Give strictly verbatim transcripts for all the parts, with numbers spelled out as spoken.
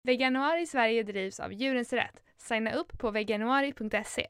Veganuari Sverige drivs av Djurens Rätt. Signa upp på veganuari punkt se.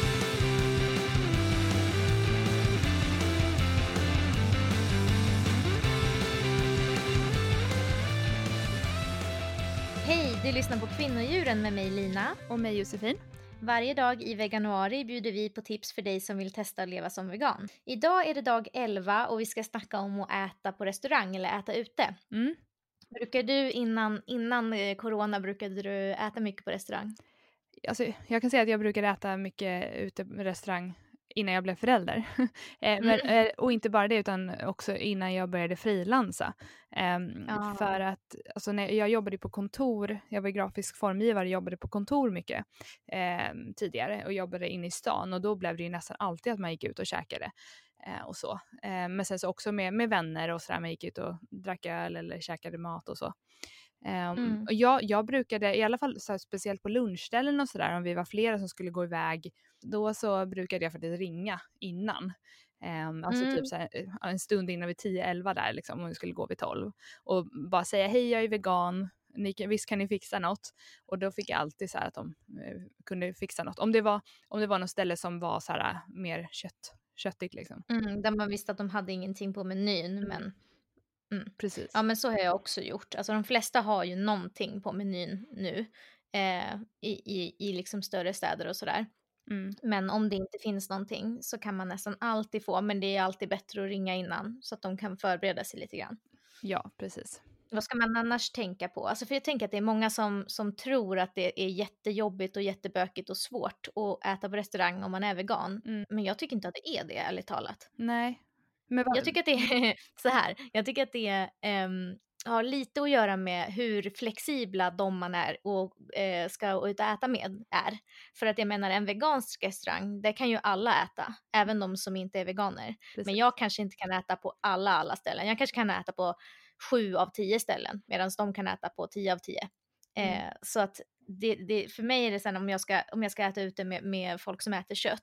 Hej, du lyssnar på Kvinnodjuren med mig Lina. Och mig Josefin. Varje dag i Veganuari bjuder vi på tips för dig som vill testa att leva som vegan. Idag är det dag elva och vi ska snacka om att äta på restaurang eller äta ute. Mm. Brukar du innan, innan eh, corona, brukade du äta mycket på restaurang? Alltså, jag kan säga att jag brukade äta mycket ute på restaurang innan jag blev förälder. eh, men, eh, och inte bara det, utan också innan jag började frilansa. Eh, Ja. För att alltså, när jag jobbade på kontor, jag var grafisk formgivare, jobbade på kontor mycket eh, tidigare och jobbade inne i stan. Och då blev det ju nästan alltid att man gick ut och käkade. Eh, och så. Eh, men sen så också med, med vänner och sådär, man gick ut och drack öl eller käkade mat och så. Um, Mm. och jag, jag brukade, i alla fall så här, speciellt på lunchställen och sådär, om vi var flera som skulle gå iväg, då så brukade jag faktiskt ringa innan. Um, alltså Mm. typ så här, en stund innan vid tio elva där liksom, om vi skulle gå vid tolv. Och bara säga, hej jag är vegan, ni kan, visst kan ni fixa något? Och då fick jag alltid så här att de uh, kunde fixa något. Om det var, om det var något ställe som var så här mer kött, köttigt liksom. Mm, där man visste att de hade ingenting på menyn, Mm. men... Mm. Precis. Ja, men så har jag också gjort. Alltså de flesta har ju någonting på menyn nu eh, i, i, i liksom större städer och sådär. Mm. Men om det inte finns någonting så kan man nästan alltid få, men det är alltid bättre att ringa innan så att de kan förbereda sig lite grann. Ja, precis. Vad ska man annars tänka på? Alltså för jag tänker att det är många som, som tror att det är jättejobbigt och jättebökigt och svårt att äta på restaurang om man är vegan. Mm. Men jag tycker inte att det är det, ärligt talat. Nej. Men vad... Jag tycker att det är så här. Jag tycker att det um, har lite att göra med hur flexibla de man är och uh, ska ut och äta med är. För att jag menar, en vegansk restaurang, där kan ju alla äta. Även de som inte är veganer. Precis. Men jag kanske inte kan äta på alla alla ställen. Jag kanske kan äta på sju av tio ställen. Medan de kan äta på tio av tio. Mm. Eh, så att det, det, för mig är det sen om jag ska, om jag ska äta ute med, med folk som äter kött,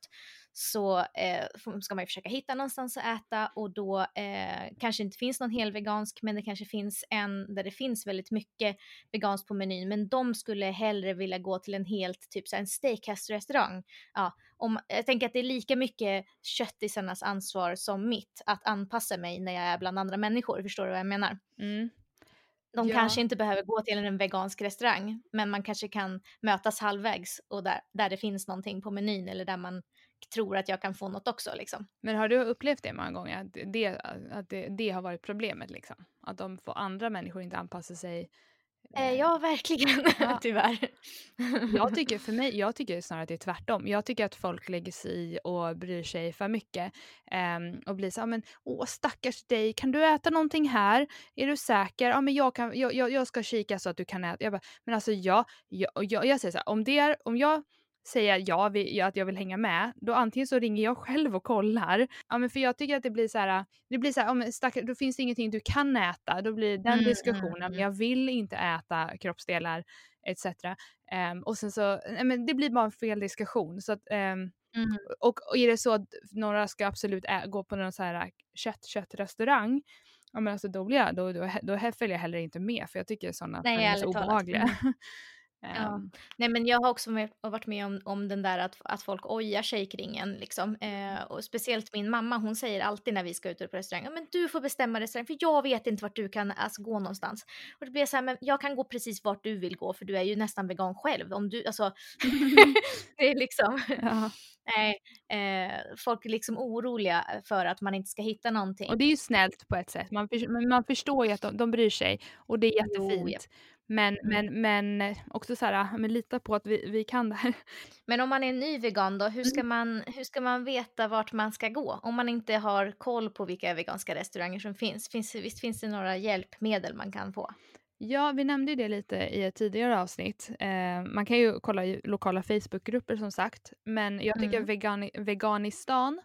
så eh, ska man ju försöka hitta någonstans att äta, och då eh, kanske inte finns någon hel vegansk, men det kanske finns en där det finns väldigt mycket veganskt på menyn, men de skulle hellre vilja gå till en helt typ så här, en steakhouse-restaurang. Ja, om, jag tänker att det är lika mycket köttisarnas ansvar som mitt att anpassa mig när jag är bland andra människor, förstår du vad jag menar? Mm. De Ja. kanske inte behöver gå till en vegansk restaurang, men man kanske kan mötas halvvägs och där, där det finns någonting på menyn, eller där man tror att jag kan få något också liksom. Men har du upplevt det många gånger? Att det, att det, det har varit problemet liksom? Att de får andra människor inte anpassa sig? Eh, ja, verkligen. Ja. Tyvärr. Jag tycker, för mig, jag tycker snarare att det är tvärtom. Jag tycker att folk lägger sig i och bryr sig för mycket. Um, och blir så här, men åh stackars dig, kan du äta någonting här? Är du säker? Ja, men jag, kan, jag, jag, jag ska kika så att du kan äta. Jag bara, men alltså jag, jag, jag, jag säger så här, om, det är, om jag säger ja, vi, ja, att jag vill hänga med, då antingen så ringer jag själv och kollar. Ja, men för jag tycker att det blir så här, det blir så här, ja, men stackar, då finns det ingenting du kan äta. Då blir den Mm, diskussionen, mm, mm. jag vill inte äta kroppsdelar et cetera. Um, och sen så, nej, men det blir bara en fel diskussion. Så att, um, Mm. och, och är det så att några ska absolut ä- gå på någon så här kött, köttrestaurang, ja, men alltså då blir jag, då, då, då följer jag heller inte med, för jag tycker sådana Nej, är så ärligt talat. obehagliga. Mm. Ja. um, Nej, men jag har också med, varit med om, om den där att, att folk ojar sig kring en liksom. Eh, och speciellt min mamma, hon säger alltid när vi ska ut på restaurang, ja, men du får bestämma restaurang, för jag vet inte vart du kan alltså, gå någonstans. Och det blir så här, men jag kan gå precis vart du vill gå, för du är ju nästan vegan själv. Om du, alltså, det är liksom... ja. Nej, eh, folk är liksom oroliga för att man inte ska hitta någonting. Och det är ju snällt på ett sätt. Man, för, men man förstår ju att de, de bryr sig. Och det är jättefint. Jo, ja. Men, Mm. men, men också så här, men lita på att vi, vi kan det här. Men om man är ny vegan då, hur ska, man, hur ska man veta vart man ska gå? Om man inte har koll på vilka veganska restauranger som finns. finns visst finns det några hjälpmedel man kan få? Ja, vi nämnde ju det lite i ett tidigare avsnitt. Eh, man kan ju kolla i lokala Facebookgrupper som sagt. Men jag tycker Mm. Vegan, Veganistan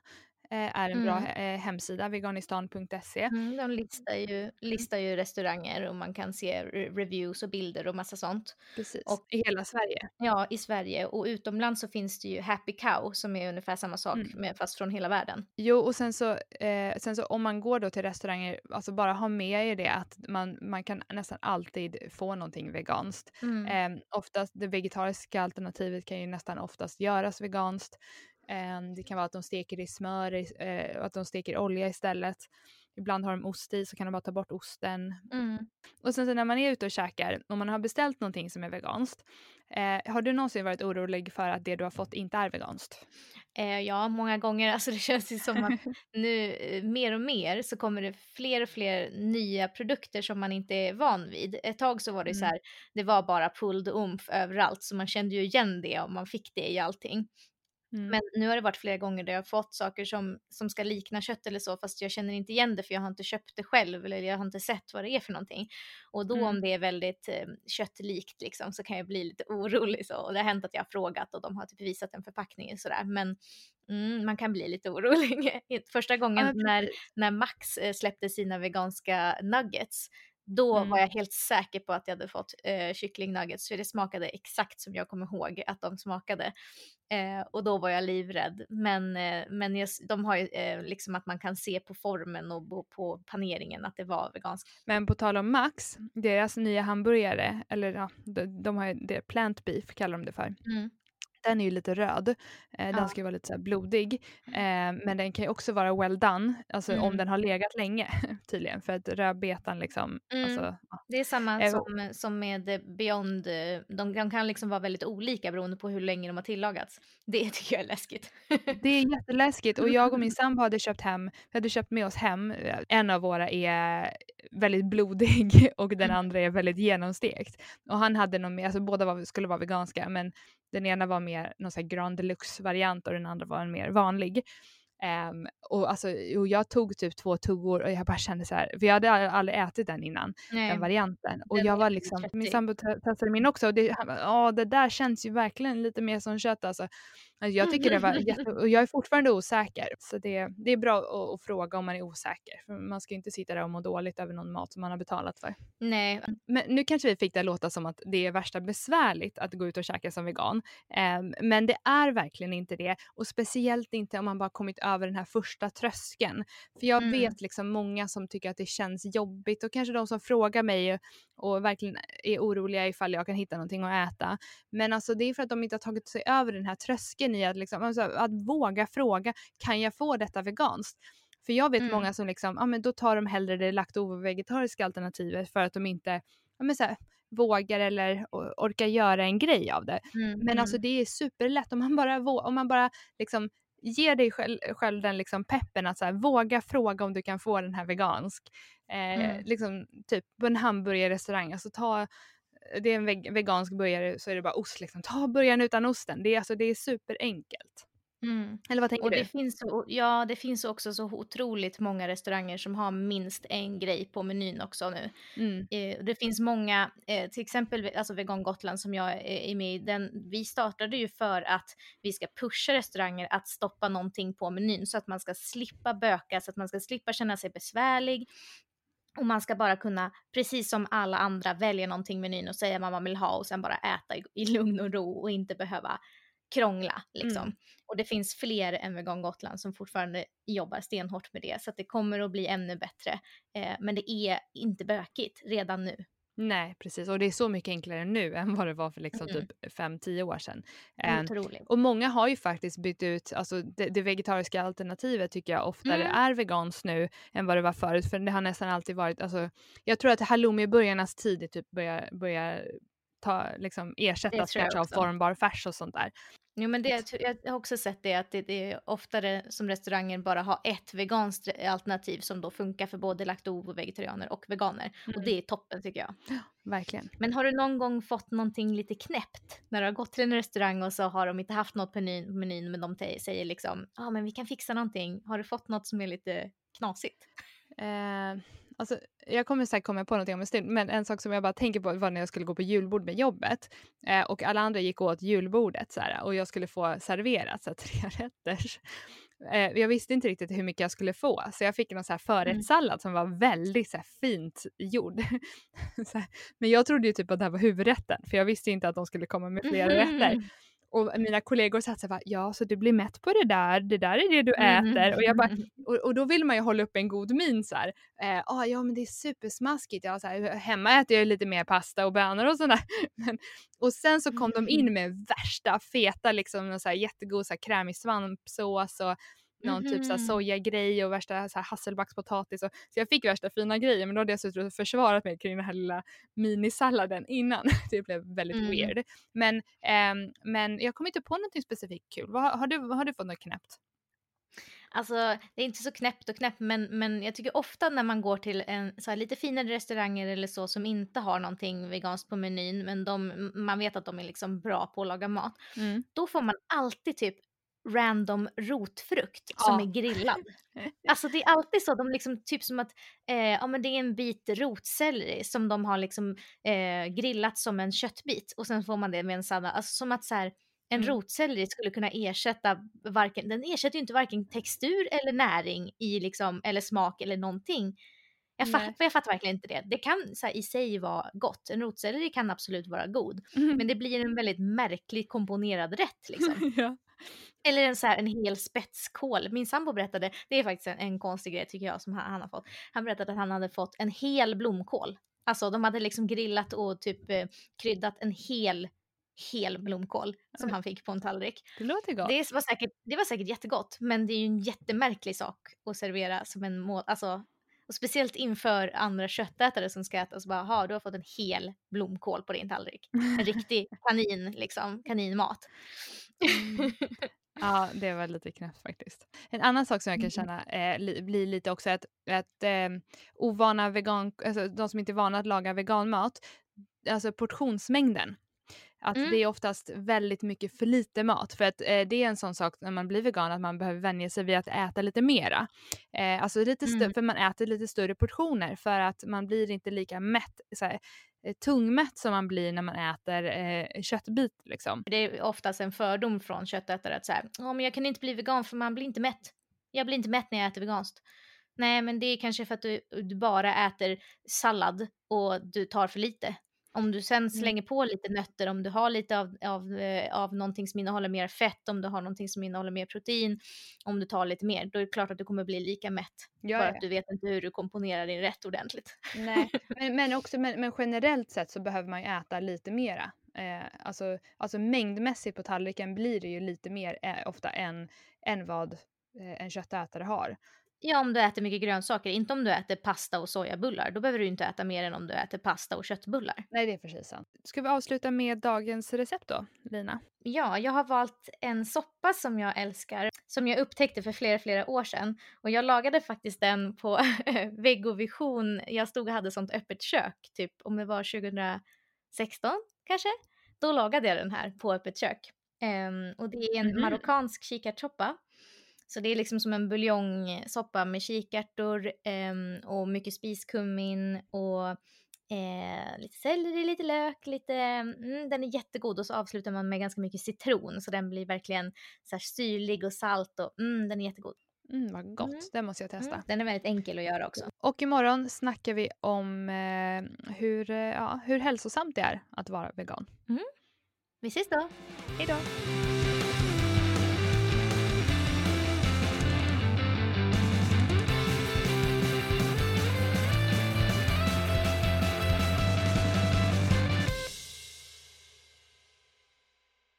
eh, är en bra Mm. eh, hemsida, veganistan punkt se. Mm, de listar ju, listar ju restauranger och man kan se re- reviews och bilder och massa sånt. Precis, Och i hela Sverige. ja, i Sverige och utomlands så finns det ju Happy Cow som är ungefär samma sak Mm. med, fast från hela världen. Jo, och sen så, eh, sen så om man går då till restauranger, alltså bara ha med er det att man, man kan nästan alltid få någonting veganskt. Mm. Eh, oftast, det vegetariska alternativet kan ju nästan oftast göras veganskt. Eh, det kan vara att de steker i smör, i- eh, att de steker i olja istället. Ibland har de ost i, så kan de bara ta bort osten. Mm. Och sen så när man är ute och käkar, om man har beställt någonting som är veganskt, eh, har du någonsin varit orolig för att det du har fått inte är veganskt? Eh, ja, många gånger. Alltså det känns ju som att nu eh, mer och mer så kommer det fler och fler nya produkter som man inte är van vid. Ett tag så var det så Mm. här, det var bara pulled umf överallt så man kände ju igen det om man fick det i allting. Mm. Men nu har det varit flera gånger där jag har fått saker som, som ska likna kött eller så, fast jag känner inte igen det för jag har inte köpt det själv eller jag har inte sett vad det är för någonting. Och då Mm. om det är väldigt eh, köttlikt liksom, så kan jag bli lite orolig. Så. Och det har hänt att jag har frågat och de har typ visat en förpackning och sådär. Men mm, man kan bli lite orolig. Första gången Ja, när, precis. när Max eh, släppte sina veganska nuggets, då Mm. var jag helt säker på att jag hade fått eh, kycklingnuggets, för det smakade exakt som jag kommer ihåg att de smakade. Eh, och då var jag livrädd. Men, eh, men jag, de har ju eh, liksom att man kan se på formen och på, på paneringen att det var veganskt. Men på tal om Max, deras nya hamburgare, eller ja, de, de har ju det, plant beef kallar de det för. Mm. Den är ju lite röd. Eh, den Ja. ska ju vara lite så här blodig. Eh, men den kan ju också vara well done. Alltså Mm. om den har legat länge tydligen. För att rödbetan liksom. Mm. Alltså, ja. Det är samma Eh, som, som med eh, Beyond. eh, De, de kan liksom vara väldigt olika beroende på hur länge de har tillagats. Det tycker jag är läskigt. Det är jätteläskigt. Och jag och min sambo hade köpt hem, vi hade köpt med oss hem. eh, En av våra är väldigt blodig och den Mm. andra är väldigt genomstekt. Och han hade någon mer, alltså båda var, skulle vara veganska, men den ena var mer någon sån här Grand Deluxe-variant och den andra var en mer vanlig. Um, och, alltså, och jag tog typ två tuggor och jag bara kände så här, för jag hade aldrig, aldrig ätit den innan, Nej, den varianten. Och den jag är var liksom, köttig. min sambo te- testade min också och det, han bara, "Ja, det där känns ju verkligen lite mer som kött alltså." Alltså, jag tycker det var jätte, och jag är fortfarande osäker. Så det, det är bra att, att fråga om man är osäker. För man ska ju inte sitta där och må dåligt över någon mat som man har betalat för. Nej. Men nu kanske vi fick det låta som att det är värsta besvärligt att gå ut och käka som vegan. Um, men det är verkligen inte det. Och speciellt inte om man bara kommit över den här första tröskeln. För jag Mm. vet liksom många som tycker att det känns jobbigt. Och kanske de som frågar mig och verkligen är oroliga ifall jag kan hitta någonting att äta. Men alltså det är för att de inte har tagit sig över den här tröskeln i att, liksom, alltså, att våga fråga, kan jag få detta veganskt? För jag vet Mm. många som liksom, ja men då tar de hellre det lakto-vegetariska alternativet för att de inte, ja men så här, vågar eller orkar göra en grej av det. Mm. Men alltså det är superlätt om man bara, om man bara liksom ger dig själv, själv den liksom peppen att så här, våga fråga om du kan få den här vegansk. Eh, Mm. liksom typ på en hamburgerrestaurang, alltså ta, det är en veg- vegansk burgare så är det bara ost liksom, ta burgaren utan osten. Det är, alltså, det är superenkelt. Mm. Eller vad tänker Och du? det finns, så, ja, det finns också så otroligt många restauranger som har minst en grej på menyn också nu. Mm. Eh, det finns många, eh, till exempel alltså Vegan Gotland som jag är med i, den, vi startade ju för att vi ska pusha restauranger att stoppa någonting på menyn så att man ska slippa böka, så att man ska slippa känna sig besvärlig. Och man ska bara kunna, precis som alla andra, välja någonting i menyn och säga vad man vill ha och sen bara äta i, i lugn och ro och inte behöva krångla liksom. Mm. Och det finns fler än Vegan Gotland som fortfarande jobbar stenhårt med det, så att det kommer att bli ännu bättre. Eh, men det är inte bökigt redan nu. Nej, precis. Och det är så mycket enklare nu än vad det var för liksom Mm. typ fem tio år sedan. Eh, Otroligt. och många har ju faktiskt bytt ut, alltså det, det vegetariska alternativet tycker jag oftare Mm. är vegans nu än vad det var förut. För det har nästan alltid varit, alltså jag tror att halloumi-burgarnas tid är typ börjar, börjar ta, liksom ersättas tror jag kanske av också. formbar färs och sånt där. Jo, men det, jag har också sett det att det, det är oftare som restauranger bara har ett veganskt alternativ som då funkar för både lakto-vegetarianer och veganer. Mm. Och det är toppen tycker jag. Verkligen. Men har du någon gång fått någonting lite knäppt när du har gått till en restaurang och så har de inte haft något på menyn, menyn men de te- säger liksom, ja ah, men vi kan fixa någonting. Har du fått något som är lite knasigt? Eh, alltså, jag kommer säkert komma på någonting om en stund, men en sak som jag bara tänker på var när jag skulle gå på julbord med jobbet eh, och alla andra gick åt julbordet så här, och jag skulle få serverat så här, tre rätters. eh, jag visste inte riktigt hur mycket jag skulle få. Så jag fick någon så här förrättssallad som var väldigt så här fint gjord. så här. Men jag trodde ju typ att det här var huvudrätten. För jag visste inte att de skulle komma med flera rätter. Och mina kollegor satt så här, ja så du blir mätt på det där, det där är det du äter. Och, jag bara, och, och då vill man ju hålla upp en god min så här. Eh, ah, ja men det är supersmaskigt. Ja, så här, hemma äter jag lite mer pasta och bönor och sådär. Men, och sen så kom de in med värsta feta, liksom så här, jättegod så här, krämig svampsås och någon typ så här, sojagrej och värsta så här, hasselbackspotatis. Och, så jag fick värsta fina grejer, men då hade jag suttit och försvarat mig kring den här lilla minisalladen innan. Det blev väldigt Mm. weird. Men, ehm, men jag kom inte på någonting specifikt kul. Vad, har, du, har du fått något knäppt? Alltså det är inte så knäppt och knäppt, men, men jag tycker ofta när man går till en så här lite finare restauranger eller så som inte har någonting veganskt på menyn, men de, man vet att de är liksom bra på att laga mat, Mm. då får man alltid typ random rotfrukt som Ja. är grillad. Alltså det är alltid så, de liksom typ som att eh, ja, men det är en bit rotselleri som de har liksom eh, grillat som en köttbit och sen får man det med en sallad. Alltså som att så här, en Mm. rotselleri skulle kunna ersätta varken, den ersätter ju inte varken textur eller näring i liksom, eller smak eller någonting. Jag, Nej. fatt, jag fattar verkligen inte det. Det kan så här, i sig vara gott. En rotselleri kan absolut vara god. Mm. Men det blir en väldigt märklig komponerad rätt liksom. ja. Eller en, så här, en hel spetskål. Min sambo berättade, det är faktiskt en, en konstig grej tycker jag som han, han har fått. Han berättade att han hade fått en hel blomkål. Alltså de hade liksom grillat och typ eh, kryddat en hel, hel blomkål som Mm. han fick på en tallrik. Det låter gott. Det var, säkert, det var säkert jättegott, men det är ju en jättemärklig sak att servera som en mål. Alltså, och speciellt inför andra köttätare som ska äta så bara, ha, du har fått en hel blomkål på din tallrik. En riktig kanin, liksom, kaninmat. Mm. Ja, det var lite knäppt faktiskt. En annan sak som jag kan känna eh, li, blir lite också att, att eh, ovana vegan, alltså de som inte är vana att laga veganmat, alltså portionsmängden. Att Mm. det är oftast väldigt mycket för lite mat. För att eh, det är en sån sak när man blir vegan att man behöver vänja sig vid att äta lite mera. Eh, alltså lite stö- Mm. för man äter lite större portioner för att man blir inte lika mätt, såhär, eh, tungmätt som man blir när man äter eh, köttbit liksom. Det är oftast en fördom från köttätare att så här, ja men jag kan inte bli vegan för man blir inte mätt. Jag blir inte mätt när jag äter veganskt. Nej, men det är kanske för att du, du bara äter sallad och du tar för lite. Om du sen slänger på lite nötter, om du har lite av, av, eh, av någonting som innehåller mer fett, om du har någonting som innehåller mer protein, om du tar lite mer, då är det klart att du kommer bli lika mätt. Ja, för ja. att du vet inte hur du komponerar din rätt ordentligt. Nej, men, men, också, men, men generellt sett så behöver man ju äta lite mera. Eh, alltså, alltså mängdmässigt på tallriken blir det ju lite mer eh, ofta än, än vad eh, en köttätare har. Ja, om du äter mycket grönsaker, inte om du äter pasta och sojabullar. Då behöver du inte äta mer än om du äter pasta och köttbullar. Nej, det är precis sant. Ska vi avsluta med dagens recept då, Lina? Ja, jag har valt en soppa som jag älskar, som jag upptäckte för flera, flera år sedan. Och jag lagade faktiskt den på Vegovision. Jag stod och hade sånt öppet kök, typ om det var tjugohundrasexton kanske. Då lagade jag den här på öppet kök. Um, och det är en Mhm. marockansk kikärtsoppa. Så det är liksom som en buljongsoppa med kikärtor um, och mycket spiskummin och eh, lite selleri, lite lök, lite, mm, den är jättegod och så avslutar man med ganska mycket citron så den blir verkligen så här syrlig och salt och mm, den är jättegod. Mm, vad gott, Mm. det måste jag testa. Mm, den är väldigt enkel att göra också. Och imorgon snackar vi om eh, hur, eh, ja, hur hälsosamt det är att vara vegan. Vi ses då! Hej då!